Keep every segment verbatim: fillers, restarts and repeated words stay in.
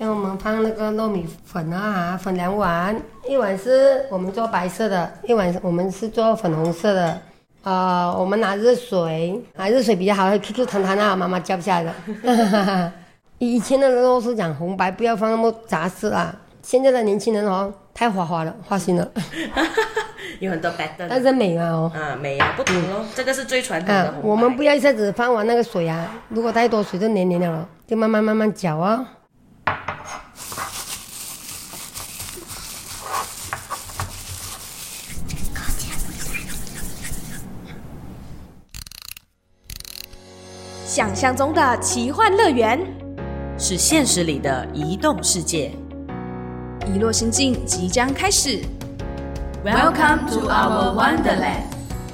像我们放那个糯米粉啊，分两碗，一碗是我们做白色的，一碗我们是做粉红色的。呃，我们拿热水，拿热水比较好，Q Q 弹弹啊，妈妈教不下来的。以前的人都是讲红白不要放那么杂色啊，现在的年轻人哦，太花花了，花心了。 有很多 pattern， 但是美啊哦， 啊美啊不同咯、嗯，这个是最传统的红白、啊。 我们不要一下子放完那个水啊，如果太多水就黏黏了，就慢慢慢慢搅啊。 想象中的奇幻乐园， 是现实里的移动世界。 遗落心境即将开始。 Welcome to our Wonderland。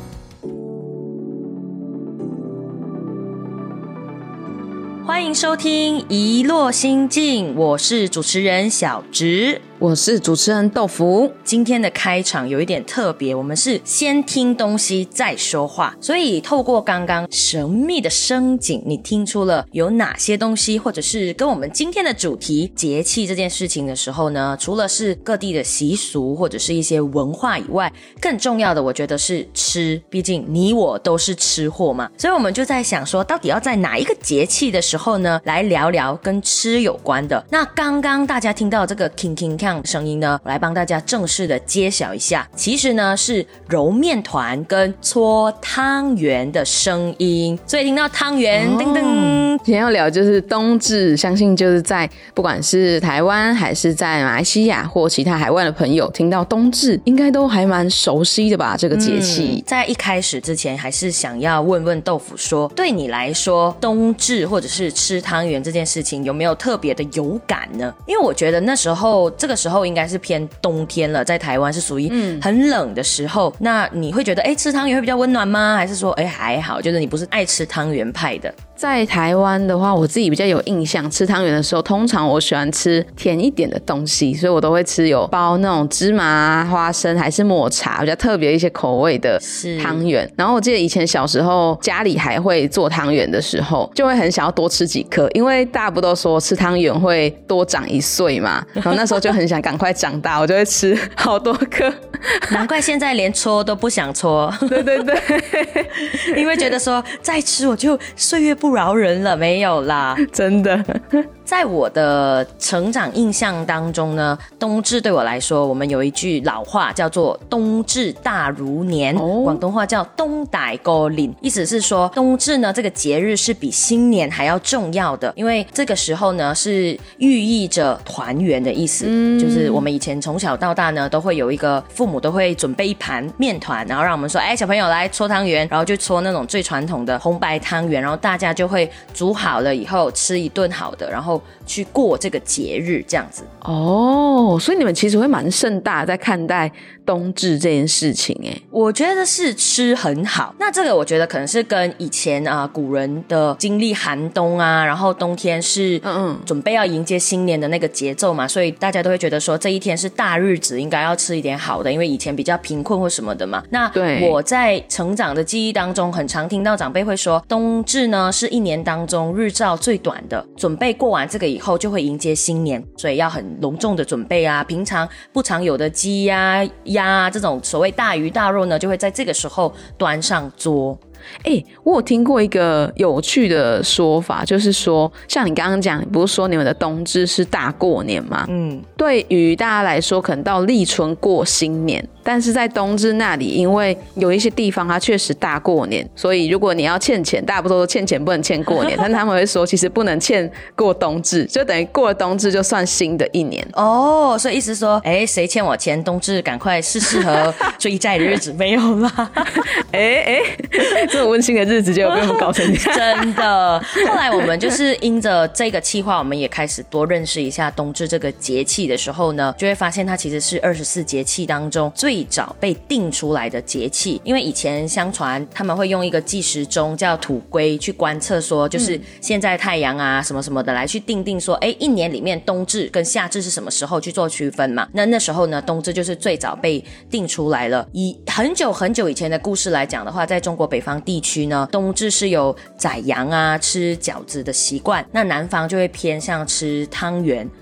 欢迎收听《遗落心境》，我是主持人小植， 我是主持人豆腐。 今天的开场有一点特别，我们是先听东西再说话，所以透过刚刚神秘的声景，你听出了有哪些东西，或者是跟我们今天的主题节气这件事情的时候呢，除了是各地的习俗或者是一些文化以外，更重要的我觉得是吃，毕竟你我都是吃货嘛，所以我们就在想说，到底要在哪一个节气的时候呢，来聊聊跟吃有关的。那刚刚大家听到这个 king king king 声音呢，我来帮大家正式的揭晓一下，其实呢是揉面团跟搓汤圆的声音，所以听到汤圆、哦、噔噔。 今天要聊就是冬至，相信就是在不管是台湾还是在马来西亚或其他海外的朋友听到冬至应该都还蛮熟悉的吧，这个节气、 嗯、在一开始之前还是想要问问豆腐说，对你来说冬至或者是吃汤圆这件事情有没有特别的有感呢？因为我觉得那时候这个时候应该是偏冬天了，在台湾是属于很冷的时候、嗯、那你会觉得哎，吃汤圆会比较温暖吗？还是说哎还好，就是你不是爱吃汤圆派的？ 在台湾的话，我自己比较有印象，吃汤圆的时候通常我喜欢吃甜一点的东西，所以我都会吃有包那种芝麻、花生还是抹茶比较特别一些口味的汤圆。然后我记得以前小时候家里还会做汤圆的时候，就会很想要多吃几颗，因为大家不都说吃汤圆会多长一岁嘛，然后那时候就很想赶快长大，我就会吃好多颗。 难怪现在连搓都不想搓。 对对对， 因为觉得说再吃我就岁月不饶人了。没有啦， 真的。 在我的成长印象当中呢，冬至对我来说，我们有一句老话叫做冬至大如年、哦、广东话叫冬大過年，意思是说冬至呢这个节日是比新年还要重要的，因为这个时候呢是寓意着团圆的意思、嗯、就是我们以前从小到大呢都会有一个父母都会准备一盘面团，然后让我们说哎，小朋友来搓汤圆，然后就搓那种最传统的红白汤圆，然后大家就会煮好了以后吃一顿好的，然后去过这个节日这样子。 哦，所以你们其实会蛮盛大在看待冬至这件事情耶。 我觉得是吃很好，那这个我觉得可能是跟以前啊古人的经历寒冬啊，然后冬天是嗯嗯准备要迎接新年的那个节奏嘛，所以大家都会觉得说这一天是大日子，应该要吃一点好的，因为以前比较贫困或什么的嘛。那我在成长的记忆当中很常听到长辈会说，冬至呢是一年当中日照最短的，准备过完这个以后就会迎接新年，所以要很隆重的准备啊，平常不常有的鸡呀、啊、鸭啊这种所谓大鱼大肉呢，就会在这个时候端上桌。 欸，我有听过一个有趣的说法，就是说像你刚刚讲，不是说你们的冬至是大过年吗？嗯，对于大家来说可能到立春过新年，但是在冬至那里，因为有一些地方它确实大过年，所以如果你要欠钱，大家不都说欠钱不能欠过年，但他们会说其实不能欠过冬至，就等于过了冬至就算新的一年。 哦，所以意思说哎，谁欠我钱，冬至赶快是适合追债的日子。没有啦。 哎哎，这么温馨的日子就被我们搞成这样。真的。后来我们就是因着这个企划，我们也开始多认识一下冬至这个节气的时候呢，就会发现它其实是二十四节气当中最早被定出来的节气。因为以前相传他们会用一个计时钟叫土龟去观测说，就是现在太阳啊什么什么的来去定定说，哎，一年里面冬至跟夏至是什么时候去做区分嘛。那那时候呢，冬至就是最早被定出来了。以很久很久以前的故事来讲的话，在中国北方地区呢，冬至是有宰羊啊吃饺子的习惯，那南方就会偏向吃汤圆。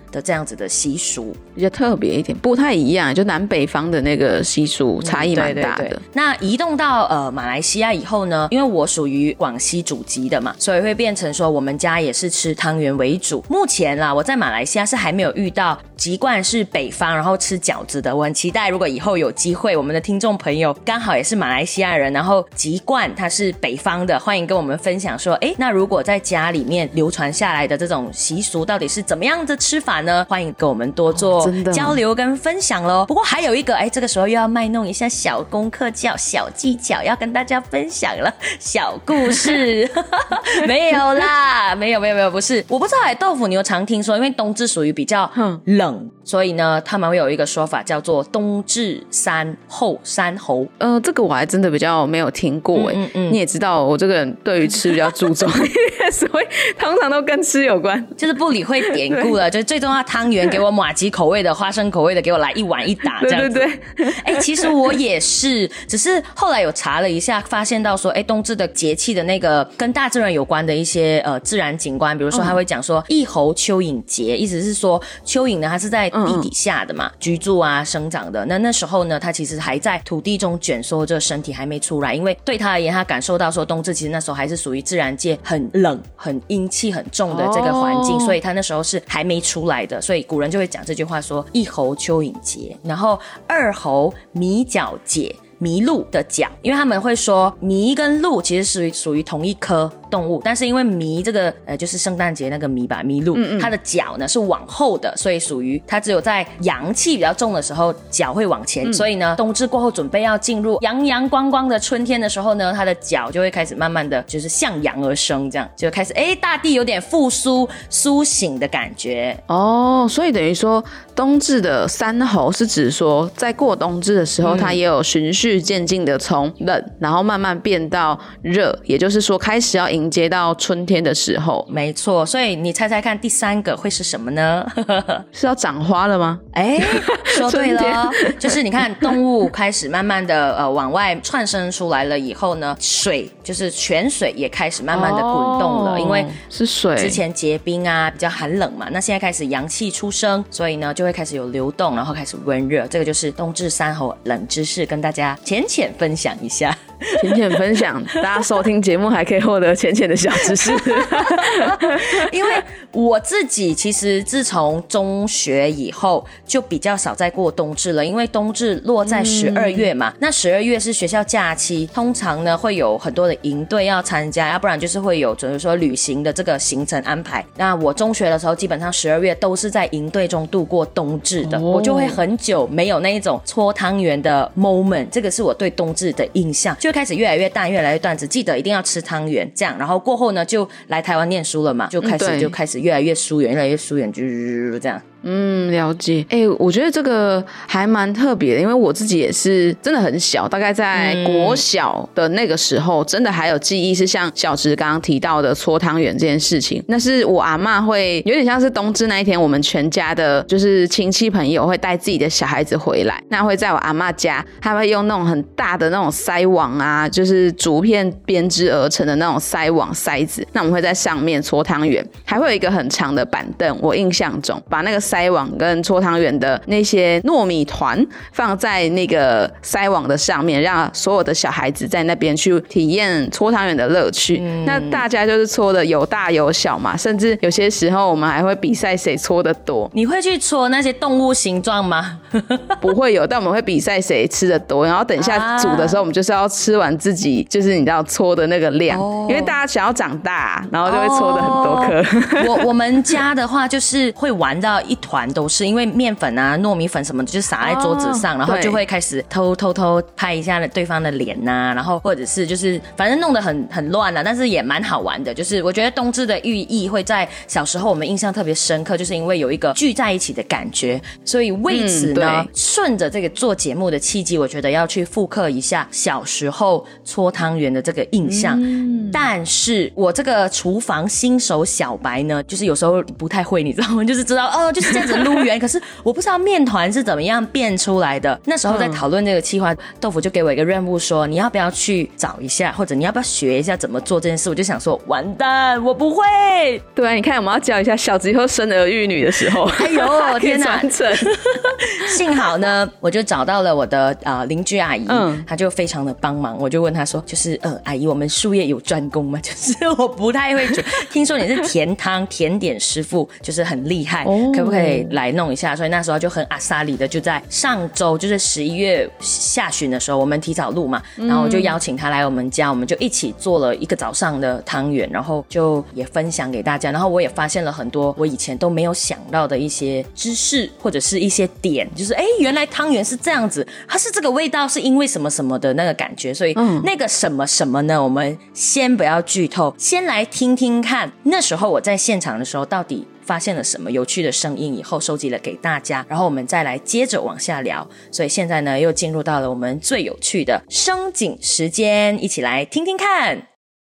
的这样子的习俗， 比较特别一点，不太一样，就南北方的那个习俗差异蛮大的、嗯、对对对。 那移动到呃马来西亚以后呢，因为我属于广西祖籍的嘛，所以会变成说我们家也是吃汤圆为主。目前啦，我在马来西亚是还没有遇到籍贯是北方然后吃饺子的，我很期待如果以后有机会，我们的听众朋友刚好也是马来西亚人，然后籍贯他是北方的，欢迎跟我们分享说，哎，那如果在家里面流传下来的这种习俗到底是怎么样的吃法呢？欢迎跟我们多做交流跟分享咯。不过还有一个，哎，这个时候又要卖弄一下小功课，叫小技巧要跟大家分享了，小故事没有啦，没有没有没有，不是，我不知道哎，豆腐你有常听说，因为冬至属于比较冷、嗯、所以呢他们会有一个说法叫做冬至三候三候。 呃，这个我还真的比较没有听过哎、嗯嗯嗯，你也知道我这个人对于吃比较注重所以通常都跟吃有关， 就是不理会典故了，就是最重要汤圆给我麻糬口味的花生口味的给我来一碗一打这样子。对对对，哎、欸，其实我也是，只是后来有查了一下，发现到说，哎、欸，冬至的节气的那个跟大自然有关的一些呃自然景观，比如说他会讲说一候蚯蚓节，意思是说蚯蚓呢它是在地底下的嘛、嗯、居住啊生长的，那那时候呢它其实还在土地中卷缩着，身体还没出来，因为对他而言他感受到说冬至其实那时候还是属于自然界很冷很阴气很重的这个环境、哦、所以他那时候是还没出来的，所以古人就会讲这句话说一候蚯蚓节。然后二候米角节，麋鹿的角，因为他们会说麋跟鹿其实属于属于同一科动物，但是因为麋这个呃就是圣诞节那个麋吧，麋鹿、嗯嗯、它的角呢是往后的，所以属于它只有在阳气比较重的时候角会往前、嗯、所以呢冬至过后准备要进入阳阳光光的春天的时候呢，它的角就会开始慢慢的就是向阳而生，这样就开始哎大地有点复苏苏醒的感觉哦。所以等于说冬至的三候是指说在过冬至的时候、嗯、它也有循序渐进的从冷然后慢慢变到热，也就是说开始要迎接到春天的时候。 没错，所以你猜猜看第三个会是什么呢？ 是要长花了吗？ 哎，说对了，就是你看动物开始慢慢的呃往外窜生出来了以后呢，水就是泉水也开始慢慢的滚动了、哦、因为是水之前结冰啊比较寒冷嘛，那现在开始阳气出生，所以呢就会开始有流动，然后开始温热，这个就是冬至三候冷知识，跟大家浅浅分享一下。 浅浅分享，大家收听节目还可以获得浅浅的小知识。 因为我自己其实自从中学以后就比较少再过冬至了，因为冬至落在十二月嘛、嗯、那十二月是学校假期，通常呢会有很多的营队要参加，要不然就是会有比如说旅行的这个行程安排。那我中学的时候基本上十二月都是在营队中度过冬至的、哦、我就会很久没有那一种搓汤圆的 moment， 这个是我对冬至的印象，就开始越来越淡越来越淡，只记得一定要吃汤圆这样。然后过后呢就来台湾念书了嘛，就开始、嗯、就开始越来越疏远越来越疏远，就这样。 嗯，了解。哎、欸，我觉得这个还蛮特别的，因为我自己也是真的很小，大概在国小的那个时候、嗯、真的还有记忆是像小植刚刚提到的搓汤圆这件事情。那是我阿嬷会有点像是冬至那一天，我们全家的就是亲戚朋友会带自己的小孩子回来，那会在我阿嬷家，他会用那种很大的那种筛网啊，就是竹片编织而成的那种筛网筛子，那我们会在上面搓汤圆，还会有一个很长的板凳，我印象中把那个筛网跟搓汤圆的那些糯米团放在那个筛网的上面，让所有的小孩子在那边去体验搓汤圆的乐趣、嗯、那大家就是搓的有大有小嘛，甚至有些时候我们还会比赛谁搓的多。 你会去搓那些动物形状吗？ 不会有，但我们会比赛谁吃的多，然后等一下煮的时候我们就是要吃完自己就是你知道搓的那个量、哦、因为大家想要长大，然后就会搓的很多颗、 哦、我, 我们家的话就是会玩到一团都是，因为面粉啊糯米粉什么的就撒在桌子上、哦、然后就会开始偷偷偷拍一下对方的脸啊，然后或者是就是反正弄得很很乱啊，但是也蛮好玩的。就是我觉得冬至的寓意会在小时候我们印象特别深刻，就是因为有一个聚在一起的感觉，所以为此呢、嗯、顺着这个做节目的契机，我觉得要去复刻一下小时候搓汤圆的这个印象、嗯、但是我这个厨房新手小白呢，就是有时候不太会你知道吗，就是知道哦就就是这样子撸圆，可是我不知道面团是怎么样变出来的。那时候在讨论这个企划，豆腐就给我一个任务说，你要不要去找一下，或者你要不要学一下怎么做这件事。我就想说完蛋，我不会。 对啊，你看我们要教一下小子以后生儿育女的时候， 哎呦天哪， 传承。 幸好呢，我就找到了我的呃邻居阿姨，嗯，她就非常的帮忙。我就问她说，就是呃阿姨，我们术业有专攻吗？就是我不太会煮，听说你是甜汤甜点师傅，就是很厉害，哦，可不可以来弄一下？所以那时候就很阿萨里的，就在上周就是十一月下旬的时候，我们提早录嘛，然后我就邀请她来我们家，我们就一起做了一个早上的汤圆，然后就也分享给大家。然后我也发现了很多我以前都没有想到的一些知识或者是一些点，就是哎，原来汤圆是这样子，它是这个味道是因为什么什么的那个感觉。所以那个什么什么呢，我们先不要剧透，先来听听看那时候我在现场的时候到底发现了什么有趣的声音，以后收集了给大家，然后我们再来接着往下聊。所以现在呢又进入到了我们最有趣的声景时间，一起来听听看。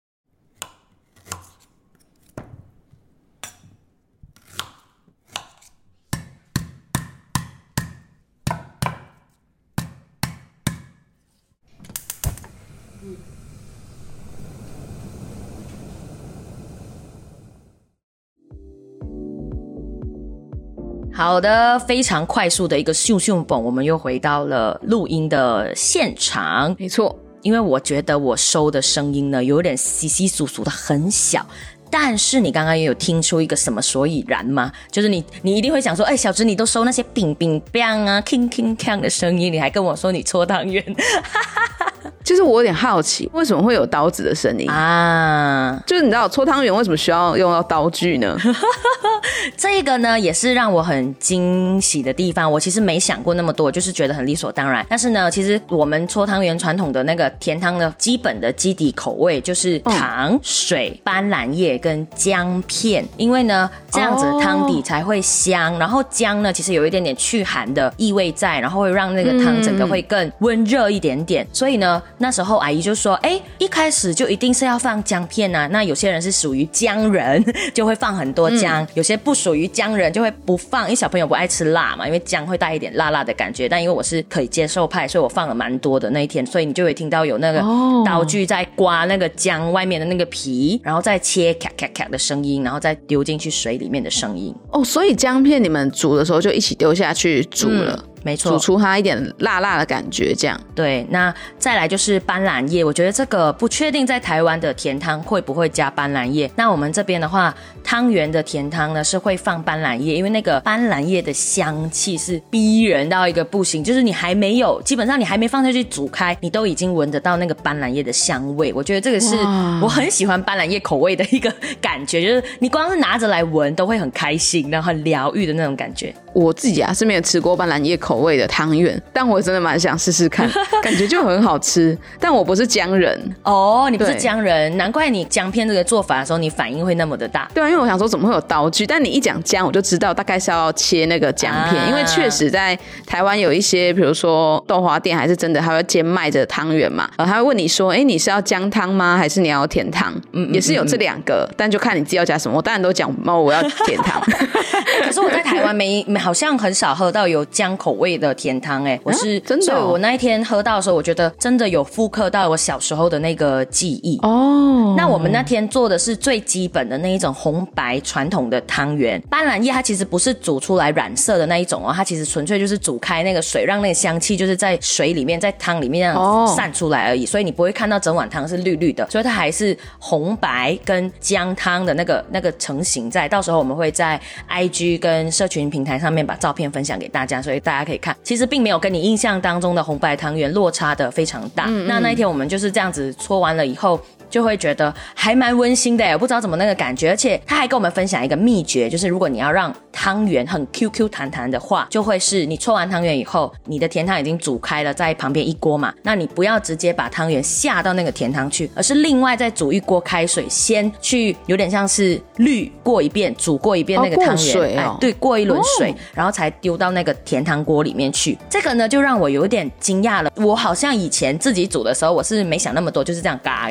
好的，非常快速的一个咻咻蹦，我们又回到了录音的现场。 没错， 因为我觉得我收的声音呢有点稀稀疏疏的很小，但是你刚刚也有听出一个什么所以然吗？就是你你一定会想说，哎，小芝你都收那些冰冰冰啊 king king king 的声音，你还跟我说你搓汤圆就是我有点好奇，为什么会有刀子的声音啊？就是你知道搓汤圆为什么需要用到刀具呢？ 这个呢也是让我很惊喜的地方，我其实没想过那么多，就是觉得很理所当然。但是呢，其实我们搓汤圆传统的那个甜汤的基本的基底口味就是糖、嗯、水、斑斓叶跟姜片，因为呢这样子汤底才会香，然后姜呢其实有一点点去寒的意味在，然后会让那个汤整个会更温热一点点、嗯、所以呢那时候阿姨就说，哎，一开始就一定是要放姜片啊，那有些人是属于姜人就会放很多姜、嗯、有些不属于姜人就会不放，因为小朋友不爱吃辣嘛，因为姜会带一点辣辣的感觉，但因为我是可以接受派，所以我放了蛮多的那一天，所以你就会听到有那个刀具在刮那个姜外面的那个皮，然后再切咔咔咔的声音，然后再丢进去水里面的声音。 哦，所以姜片你们煮的时候就一起丢下去煮了、嗯没错， 煮出它一点辣辣的感觉，这样。 对，那再来就是斑斓叶，我觉得这个不确定在台湾的甜汤会不会加斑斓叶。那我们这边的话，汤圆的甜汤呢是会放斑斓叶，因为那个斑斓叶的香气是逼人到一个不行，就是你还没有，基本上你还没放下去煮开，你都已经闻得到那个斑斓叶的香味。我觉得这个是我很喜欢斑斓叶口味的一个感觉，就是你光是拿着来闻都会很开心，然后很疗愈的那种感觉。 我自己啊是没有吃过斑斓叶口味的汤圆，但我真的蛮想试试看，感觉就很好吃。但我不是姜人哦，你不是姜人，难怪你姜片这个做法的时候你反应会那么的大。 对啊，因为我想说怎么会有刀具，但你一讲姜我就知道大概是要切那个姜片、啊、因为确实在台湾有一些比如说豆花店还是真的还会兼卖着汤圆嘛，他会问你说，哎，你是要姜汤吗还是你要甜汤、嗯嗯、也是有这两个、嗯、但就看你自己要加什么。我当然都讲哦我要甜汤可是我在台湾没好像很少喝到有姜口味的甜汤哎、欸，我是、啊、真的、哦，所以我那一天喝到的时候，我觉得真的有复刻到我小时候的那个记忆哦。那我们那天做的是最基本的那一种红白传统的汤圆，斑斓叶它其实不是煮出来染色的那一种哦，它其实纯粹就是煮开那个水，让那个香气就是在水里面，在汤里面这样散出来而已，所以你不会看到整碗汤是绿绿的，所以它还是红白跟姜汤的那个那个成型在。到时候我们会在 I G 跟社群平台上面把照片分享给大家，所以大家可以看，其实并没有跟你印象当中的红白汤圆落差的非常大。嗯嗯，那那一天我们就是这样子搓完了以后，就会觉得还蛮温馨的耶，我不知道怎么那个感觉。而且他还跟我们分享一个秘诀，就是如果你要让汤圆很 Q Q 弹弹的话，就会是你搓完汤圆以后，你的甜汤已经煮开了，在旁边一锅嘛，那你不要直接把汤圆下到那个甜汤去，而是另外再煮一锅开水，先去有点像是滤过一遍，煮过一遍那个汤圆、哦、过水哦、哎、对，过一轮水、哦、然后才丢到那个甜汤锅里面去。这个呢就让我有点惊讶了，我好像以前自己煮的时候我是没想那么多，就是这样嘎压下去，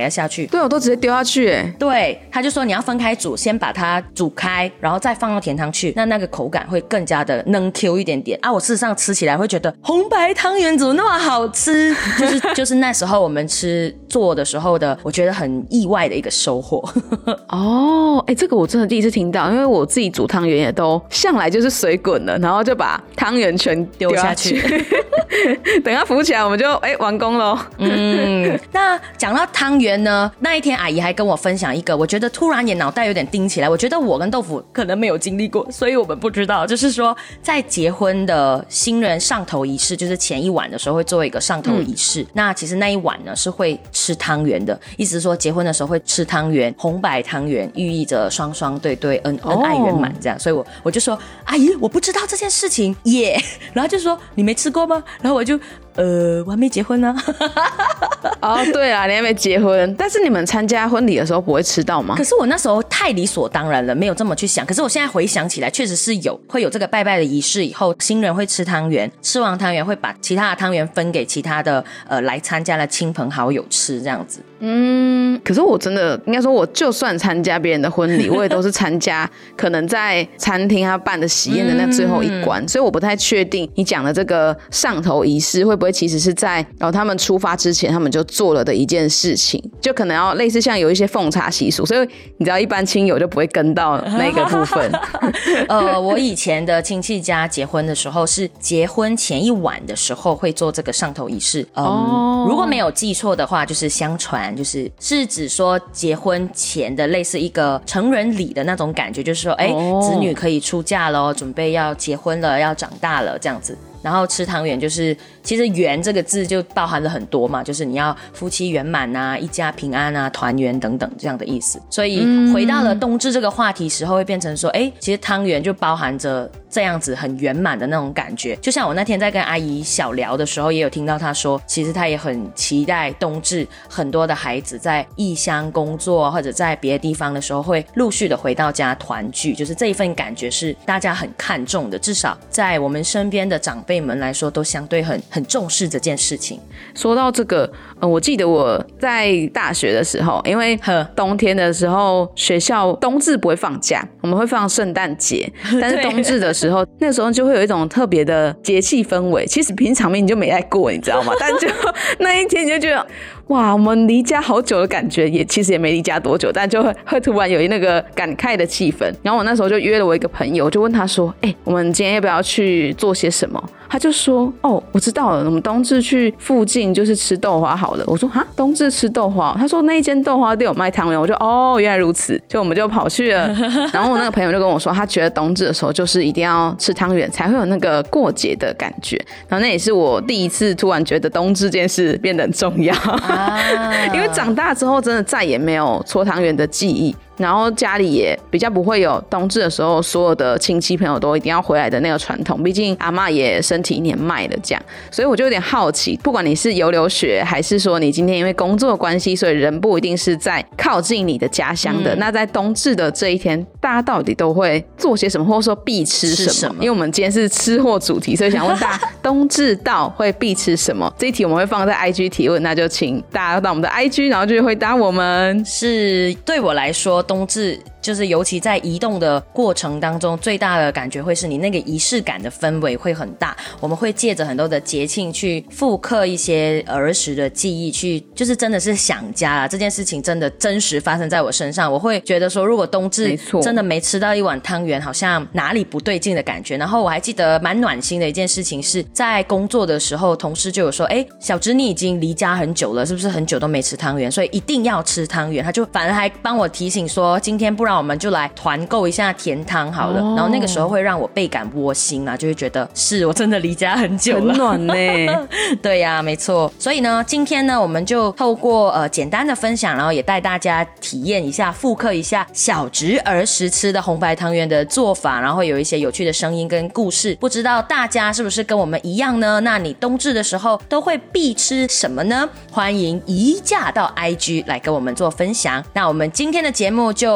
对，我都直接丢下去哎。 对，他就说你要分开煮，先把它煮开，然后再放到甜汤去，那那个口感会更加的嫩 Q 一点点啊。我事实上吃起来会觉得红白汤圆怎么那么好吃，就是就是那时候我们吃做的时候的，我觉得很意外的一个收获。 哦，哎、欸，这个我真的第一次听到，因为我自己煮汤圆也都向来就是水滚了，然后就把汤圆全丢下去，等它浮起来我们就哎、欸、完工咯。 嗯，那讲到汤圆呢，那一天阿姨还跟我分享一个，我觉得突然也脑袋有点叮起来，我觉得我跟豆腐可能没有经历过，所以我们不知道，就是说在结婚的新人上头仪式，就是前一晚的时候会做一个上头仪式、嗯、那其实那一晚呢是会吃汤圆的，意思是说结婚的时候会吃汤圆，红白汤圆寓意着双双对对恩恩爱圆满这样、哦、所以我我就说阿姨我不知道这件事情耶、yeah ，然后就说你没吃过吗？然后我就呃我还没结婚呢、 啊。哦对啊，你还没结婚，但是你们参加婚礼的时候不会吃到吗？ 可是我那时候太理所当然了，没有这么去想。可是我现在回想起来，确实是有会有这个拜拜的仪式，以后新人会吃汤圆，吃完汤圆会把其他的汤圆分给其他的呃来参加的亲朋好友吃，这样子。 嗯，可是我真的应该说，我就算参加别人的婚礼，我也都是参加可能在餐厅他办的喜宴的那最后一关、嗯，所以我不太确定你讲的这个上头仪式会不会其实是在然后他们出发之前他们就做了的一件事情，就可能要类似像有一些奉茶习俗，所以你知道一般亲友就不会跟到那个部分。 呃，我以前的亲戚家结婚的时候是结婚前一晚的时候会做这个上头仪式，嗯，哦、如果没有记错的话，就是相传就是是指说结婚前的类似一个成人礼的那种感觉，就是说哎、哦，子女可以出嫁了，准备要结婚了，要长大了这样子。然后吃汤圆就是其实圆这个字就包含了很多嘛，就是你要夫妻圆满啊，一家平安啊，团圆等等这样的意思。所以回到了冬至这个话题时候会变成说哎，其实汤圆就包含着这样子很圆满的那种感觉。就像我那天在跟阿姨小聊的时候也有听到她说，其实她也很期待冬至很多的孩子在异乡工作或者在别的地方的时候会陆续的回到家团聚，就是这一份感觉是大家很看重的，至少在我们身边的长辈辈们来说都相对很很重视这件事情。 说到这个、呃、我记得我在大学的时候，因为冬天的时候学校冬至不会放假，我们会放圣诞节，但是冬至的时候那时候就会有一种特别的节气氛围，其实平常面你就没在过你知道吗？但就那一天你就觉得哇，我们离家好久的感觉，也其实也没离家多久，但就 会, 会突然有那个感慨的气氛。然后我那时候就约了我一个朋友，我就问他说哎、欸，我们今天要不要去做些什么？他就说哦，我知道了，我们冬至去附近就是吃豆花好了。我说哈，冬至吃豆花？他说那一间豆花店有卖汤圆。我就哦，原来如此，就我们就跑去了。然后我那个朋友就跟我说，他觉得冬至的时候就是一定要吃汤圆才会有那个过节的感觉。然后那也是我第一次突然觉得冬至这件事变得很重要。啊、因为长大之后真的再也没有搓汤圆的记忆，然后家里也比较不会有冬至的时候所有的亲戚朋友都一定要回来的那个传统，毕竟阿嬷也身体年迈了这样，所以我就有点好奇，不管你是游留学还是说你今天因为工作的关系所以人不一定是在靠近你的家乡的、嗯、那在冬至的这一天大家到底都会做些什么，或者说必吃什 么, 什么因为我们今天是吃货主题，所以想问大家冬至到会必吃什么？这一题我们会放在 I G 提问，那就请大家到我们的 I G 然后就回答我们。 是对我来说冬至就是尤其在移动的过程当中，最大的感觉会是你那个仪式感的氛围会很大，我们会借着很多的节庆去复刻一些儿时的记忆，去就是真的是想家啦。这件事情真的真实发生在我身上，我会觉得说如果冬至真的没吃到一碗汤圆，好像哪里不对劲的感觉。然后我还记得蛮暖心的一件事情是在工作的时候，同事就有说哎，小芝你已经离家很久了，是不是很久都没吃汤圆，所以一定要吃汤圆。他就反而还帮我提醒说今天不然我们就来团购一下甜汤好了、哦、然后那个时候会让我倍感窝心啊，就会觉得是我真的离家很久了， 很暖呢、欸、 对呀、啊、没错。所以呢今天呢我们就透过呃简单的分享，然后也带大家体验一下复刻一下小侄儿时吃的红白汤圆的做法，然后有一些有趣的声音跟故事，不知道大家是不是跟我们一样呢？那你冬至的时候都会必吃什么呢？欢迎移驾到 I G 来跟我们做分享。那我们今天的节目就告一段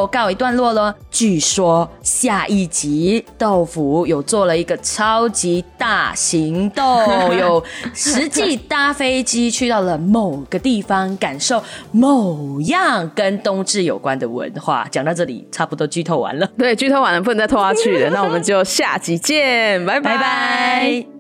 段落了。据说下一集豆腐有做了一个超级大行动，有实际搭飞机去到了某个地方，感受某样跟冬至有关的文化。讲到这里差不多剧透完了， 对，剧透完了不能再拖下去了那我们就下集见，拜拜拜拜。